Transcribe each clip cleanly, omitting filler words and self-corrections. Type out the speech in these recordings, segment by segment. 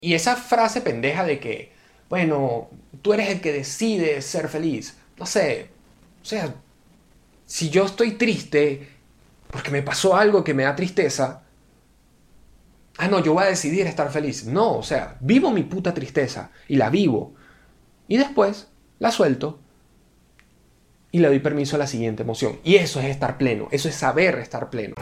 Y esa frase pendeja de que, bueno, tú eres el que decide ser feliz. No sé, o sea, si yo estoy triste porque me pasó algo que me da tristeza, no, yo voy a decidir estar feliz. No, o sea, vivo mi puta tristeza y la vivo. Y después la suelto y le doy permiso a la siguiente emoción. Y eso es estar pleno, eso es saber estar pleno.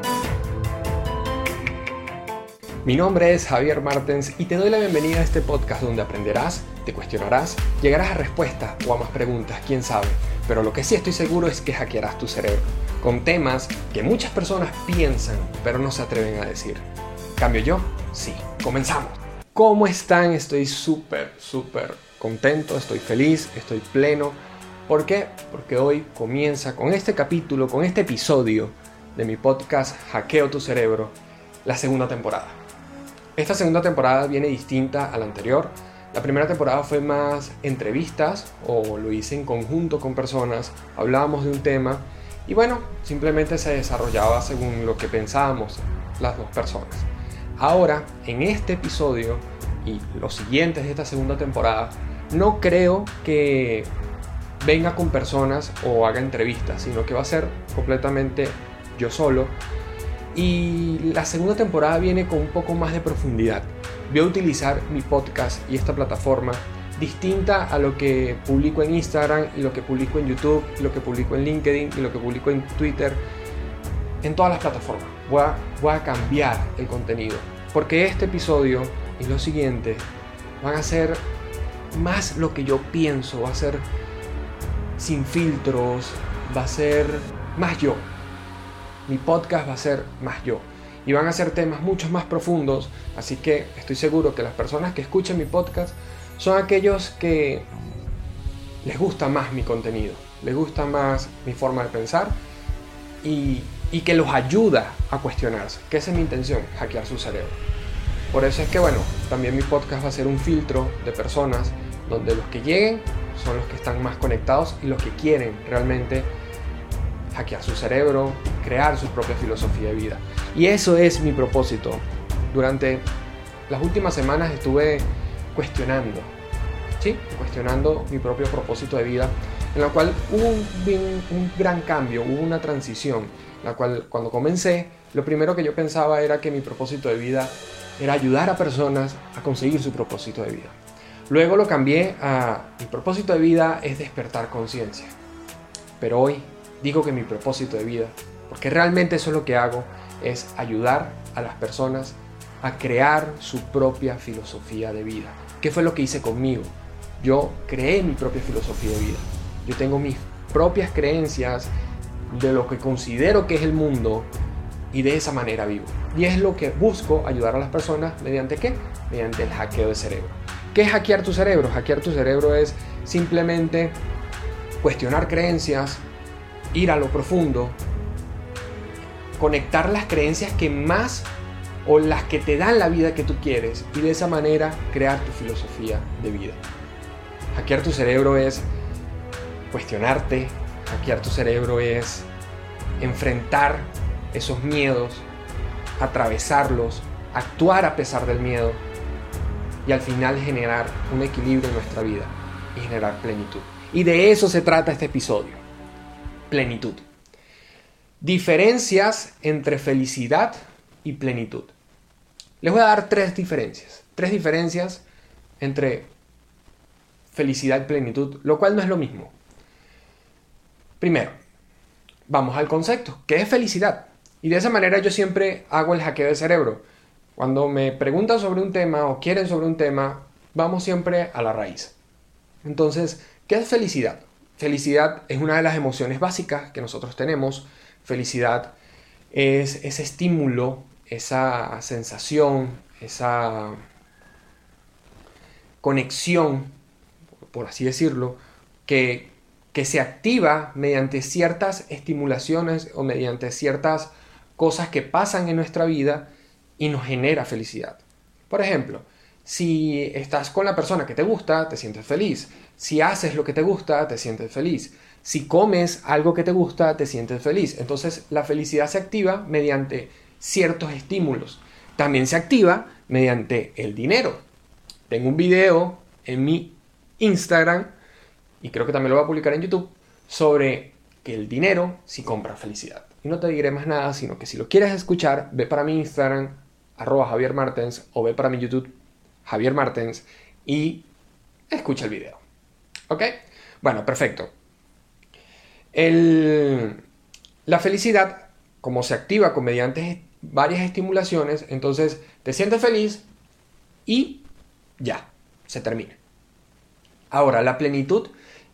Mi nombre es Javier Martens y te doy la bienvenida a este podcast donde aprenderás, te cuestionarás, llegarás a respuestas o a más preguntas, quién sabe. Pero lo que sí estoy seguro es que hackearás tu cerebro con temas que muchas personas piensan pero no se atreven a decir. ¿Cambio yo? Sí. Comenzamos. ¿Cómo están? Estoy súper contento, estoy feliz, estoy pleno. ¿Por qué? Porque hoy comienza con este capítulo, con este episodio de mi podcast Hackeo tu cerebro, la segunda temporada. Esta segunda temporada viene distinta a la anterior. La primera temporada fue más entrevistas o lo hice en conjunto con personas, hablábamos de un tema y bueno, simplemente se desarrollaba según lo que pensábamos las dos personas. Ahora, en este episodio y los siguientes de esta segunda temporada, no creo que venga con personas o haga entrevistas, sino que va a ser completamente yo solo. Y la segunda temporada viene con un poco más de profundidad. Voy a utilizar mi podcast y esta plataforma distinta a lo que publico en Instagram y lo que publico en YouTube, y lo que publico en LinkedIn y lo que publico en Twitter, en todas las plataformas. Voy a cambiar el contenido, porque este episodio y los siguientes van a ser más lo que yo pienso, va a ser sin filtros, va a ser más yo. Mi podcast va a ser más yo. Y van a ser temas mucho más profundos. Así que estoy seguro que las personas que escuchen mi podcast son aquellos que les gusta más mi contenido, les gusta más mi forma de pensar y que los ayuda a cuestionarse. Que esa es mi intención, hackear su cerebro. Por eso es que bueno, también mi podcast va a ser un filtro de personas donde los que lleguen son los que están más conectados y los que quieren realmente hackear su cerebro, crear su propia filosofía de vida. Y eso es mi propósito. Durante las últimas semanas estuve cuestionando mi propio propósito de vida, en la cual hubo un gran cambio, hubo una transición, en la cual cuando comencé, lo primero que yo pensaba era que mi propósito de vida era ayudar a personas a conseguir su propósito de vida. Luego lo cambié a mi propósito de vida es despertar conciencia. Pero hoy digo que mi propósito de vida, porque realmente eso es lo que hago, es ayudar a las personas a crear su propia filosofía de vida. ¿Qué fue lo que hice conmigo? Yo creé mi propia filosofía de vida. Yo tengo mis propias creencias de lo que considero que es el mundo y de esa manera vivo. Y es lo que busco ayudar a las personas mediante ¿qué? Mediante el hackeo de cerebro. ¿Qué es hackear tu cerebro? Hackear tu cerebro es simplemente cuestionar creencias, ir a lo profundo, conectar las creencias que más o las que te dan la vida que tú quieres y de esa manera crear tu filosofía de vida. Hackear tu cerebro es cuestionarte, hackear tu cerebro es enfrentar esos miedos, atravesarlos, actuar a pesar del miedo y al final generar un equilibrio en nuestra vida y generar plenitud. Y de eso se trata este episodio. Plenitud. Diferencias entre felicidad y plenitud. Les voy a dar tres diferencias entre felicidad y plenitud, lo cual no es lo mismo. Primero, vamos al concepto. ¿Qué es felicidad? Y de esa manera yo siempre hago el hackeo del cerebro. Cuando me preguntan sobre un tema o quieren sobre un tema, vamos siempre a la raíz. Entonces, ¿qué es felicidad? Felicidad es una de las emociones básicas que nosotros tenemos. Felicidad es ese estímulo, esa sensación, esa conexión, por así decirlo, que se activa mediante ciertas estimulaciones o mediante ciertas cosas que pasan en nuestra vida y nos genera felicidad. Por ejemplo, si estás con la persona que te gusta, te sientes feliz. Si haces lo que te gusta, te sientes feliz. Si comes algo que te gusta, te sientes feliz. Entonces, la felicidad se activa mediante ciertos estímulos. También se activa mediante el dinero. Tengo un video en mi Instagram, y creo que también lo voy a publicar en YouTube, sobre que el dinero sí compra felicidad. Y no te diré más nada, sino que si lo quieres escuchar, ve para mi Instagram, @JavierMartens, o ve para mi YouTube, Javier Martens, y escucha el video. ¿Ok? Bueno, perfecto. La felicidad, como se activa con mediante varias estimulaciones, entonces te sientes feliz y ya, se termina. Ahora, la plenitud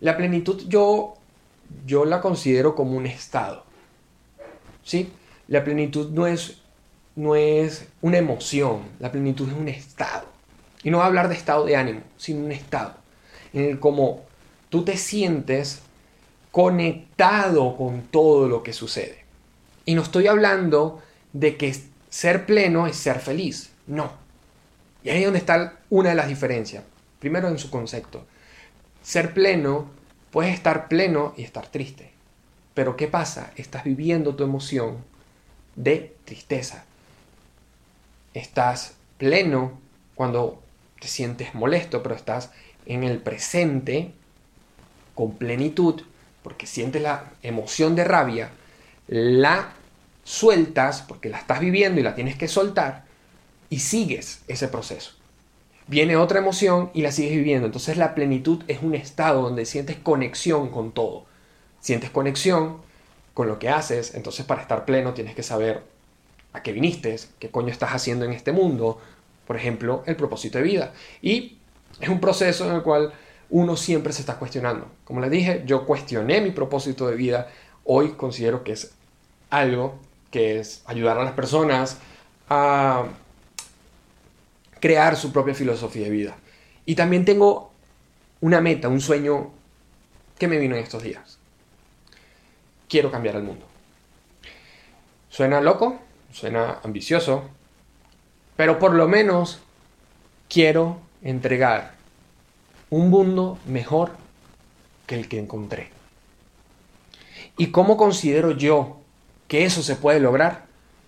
yo la considero como un estado. ¿Sí? La plenitud no es una emoción, la plenitud es un estado. Y no voy a hablar de estado de ánimo, sino un estado en el como tú te sientes conectado con todo lo que sucede. Y no estoy hablando de que ser pleno es ser feliz, no. Y ahí es donde está una de las diferencias. Primero, en su concepto. Ser pleno, puedes estar pleno y estar triste. Pero ¿qué pasa? Estás viviendo tu emoción de tristeza. Estás pleno cuando te sientes molesto, pero estás en el presente con plenitud, porque sientes la emoción de rabia, la sueltas porque la estás viviendo y la tienes que soltar, y sigues ese proceso. Viene otra emoción y la sigues viviendo. Entonces la plenitud es un estado donde sientes conexión con todo. Sientes conexión con lo que haces. Entonces, para estar pleno tienes que saber a qué viniste, qué coño estás haciendo en este mundo. Por ejemplo, el propósito de vida. Y es un proceso en el cual uno siempre se está cuestionando. Como les dije, yo cuestioné mi propósito de vida. Hoy considero que es algo que es ayudar a las personas a crear su propia filosofía de vida. Y también tengo una meta, un sueño que me vino en estos días. Quiero cambiar el mundo. Suena loco, suena ambicioso, pero por lo menos quiero entregar un mundo mejor que el que encontré. ¿Y cómo considero yo que eso se puede lograr?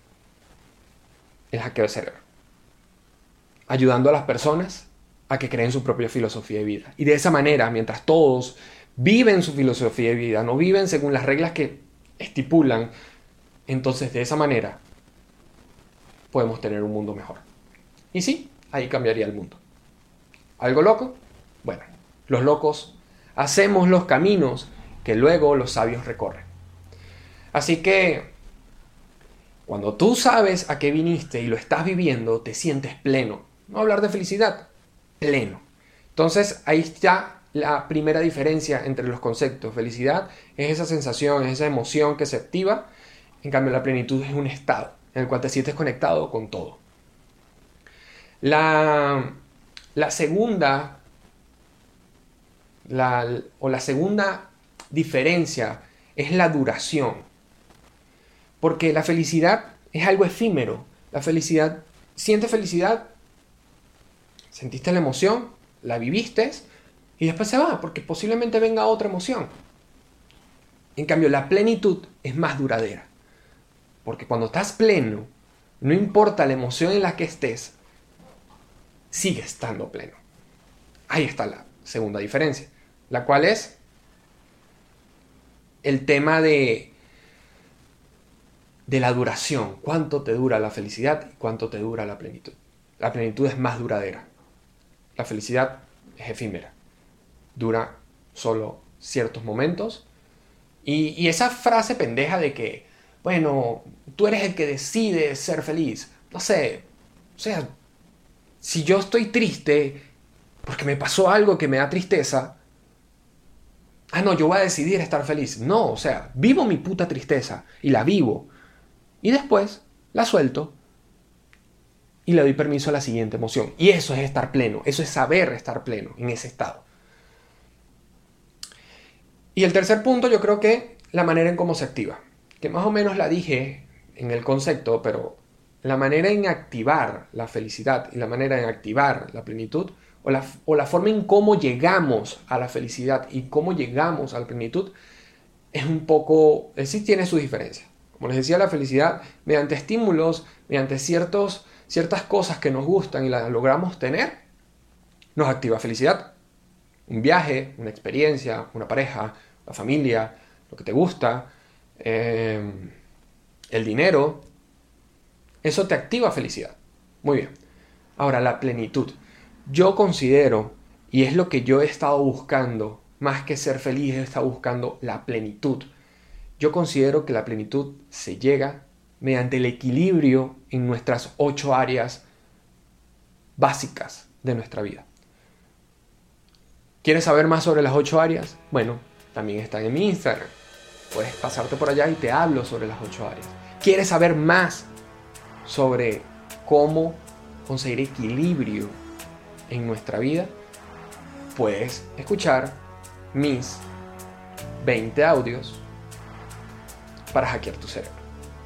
El hackeo de cerebro. Ayudando a las personas a que creen su propia filosofía de vida. Y de esa manera, mientras todos viven su filosofía de vida, no viven según las reglas que estipulan, entonces de esa manera podemos tener un mundo mejor. Y sí, ahí cambiaría el mundo. ¿Algo loco? Bueno, los locos hacemos los caminos que luego los sabios recorren. Así que cuando tú sabes a qué viniste y lo estás viviendo, te sientes pleno. No hablar de felicidad, pleno. Entonces ahí está la primera diferencia entre los conceptos. Felicidad es esa sensación, es esa emoción que se activa. En cambio, la plenitud es un estado en el cual te sientes conectado con todo. La segunda diferencia es la duración. Porque la felicidad es algo efímero. La felicidad, sientes felicidad, sentiste la emoción, la viviste y después se va, porque posiblemente venga otra emoción. En cambio, la plenitud es más duradera. Porque cuando estás pleno, no importa la emoción en la que estés, sigue estando pleno. Ahí está la segunda diferencia, la cual es el tema de la duración. ¿Cuánto te dura la felicidad y cuánto te dura la plenitud? La plenitud es más duradera. La felicidad es efímera. Dura solo ciertos momentos. Y esa frase pendeja de que, bueno, tú eres el que decide ser feliz. No sé, o sea, si yo estoy triste porque me pasó algo que me da tristeza, no, yo voy a decidir estar feliz. No, o sea, vivo mi puta tristeza y la vivo. Y después la suelto y le doy permiso a la siguiente emoción. Y eso es estar pleno, eso es saber estar pleno en ese estado. Y el tercer punto, yo creo que la manera en cómo se activa. Que más o menos la dije en el concepto, pero la manera en activar la felicidad y la manera en activar la plenitud, o la forma en cómo llegamos a la felicidad y cómo llegamos a la plenitud, es un poco, sí tiene sus diferencias. Como les decía, la felicidad mediante estímulos, mediante ciertas cosas que nos gustan y las logramos tener, nos activa felicidad. Un viaje, una experiencia, una pareja, la familia, lo que te gusta, el dinero, eso te activa felicidad. Muy bien. Ahora, la plenitud. Yo considero, y es lo que yo he estado buscando, más que ser feliz, he estado buscando la plenitud. Yo considero que la plenitud se llega mediante el equilibrio en nuestras 8 áreas básicas de nuestra vida. ¿Quieres saber más sobre las 8 áreas? Bueno, también están en mi Instagram. Puedes pasarte por allá y te hablo sobre las 8 áreas. ¿Quieres saber más sobre cómo conseguir equilibrio en nuestra vida? Puedes escuchar mis 20 audios para hackear tu cerebro.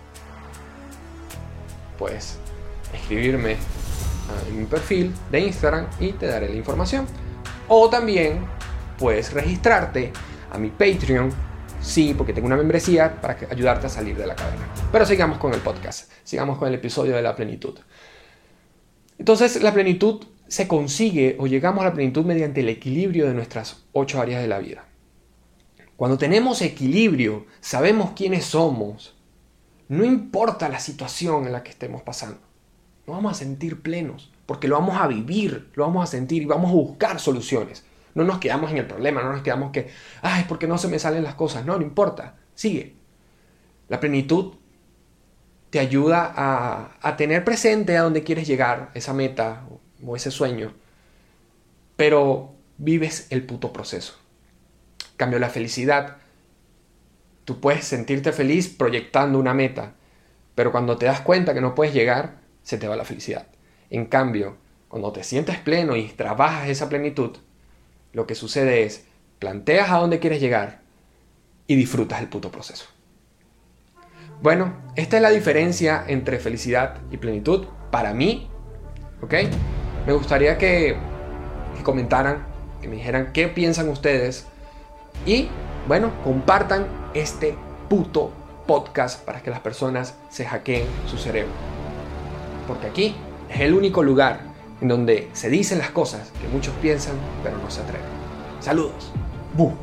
Puedes escribirme en mi perfil de Instagram y te daré la información. O también puedes registrarte a mi Patreon, sí, porque tengo una membresía para ayudarte a salir de la caverna. Pero sigamos con el podcast, sigamos con el episodio de la plenitud. Entonces, la plenitud se consigue o llegamos a la plenitud mediante el equilibrio de nuestras 8 áreas de la vida. Cuando tenemos equilibrio, sabemos quiénes somos. No importa la situación en la que estemos pasando. Nos vamos a sentir plenos, porque lo vamos a vivir, lo vamos a sentir y vamos a buscar soluciones. No nos quedamos en el problema, no nos quedamos que, ay, ¿por qué no se me salen las cosas? No importa, sigue. La plenitud te ayuda a tener presente a dónde quieres llegar, esa meta o ese sueño, pero vives el puto proceso. En cambio, la felicidad, tú puedes sentirte feliz proyectando una meta, pero cuando te das cuenta que no puedes llegar, se te va la felicidad. En cambio, cuando te sientes pleno y trabajas esa plenitud, lo que sucede es, planteas a dónde quieres llegar y disfrutas el puto proceso. Bueno, esta es la diferencia entre felicidad y plenitud para mí, ¿ok? Me gustaría que comentaran, que me dijeran qué piensan ustedes y, bueno, compartan este puto podcast para que las personas se hackeen su cerebro. Porque aquí es el único lugar en donde se dicen las cosas que muchos piensan pero no se atreven. Saludos. ¡Bú!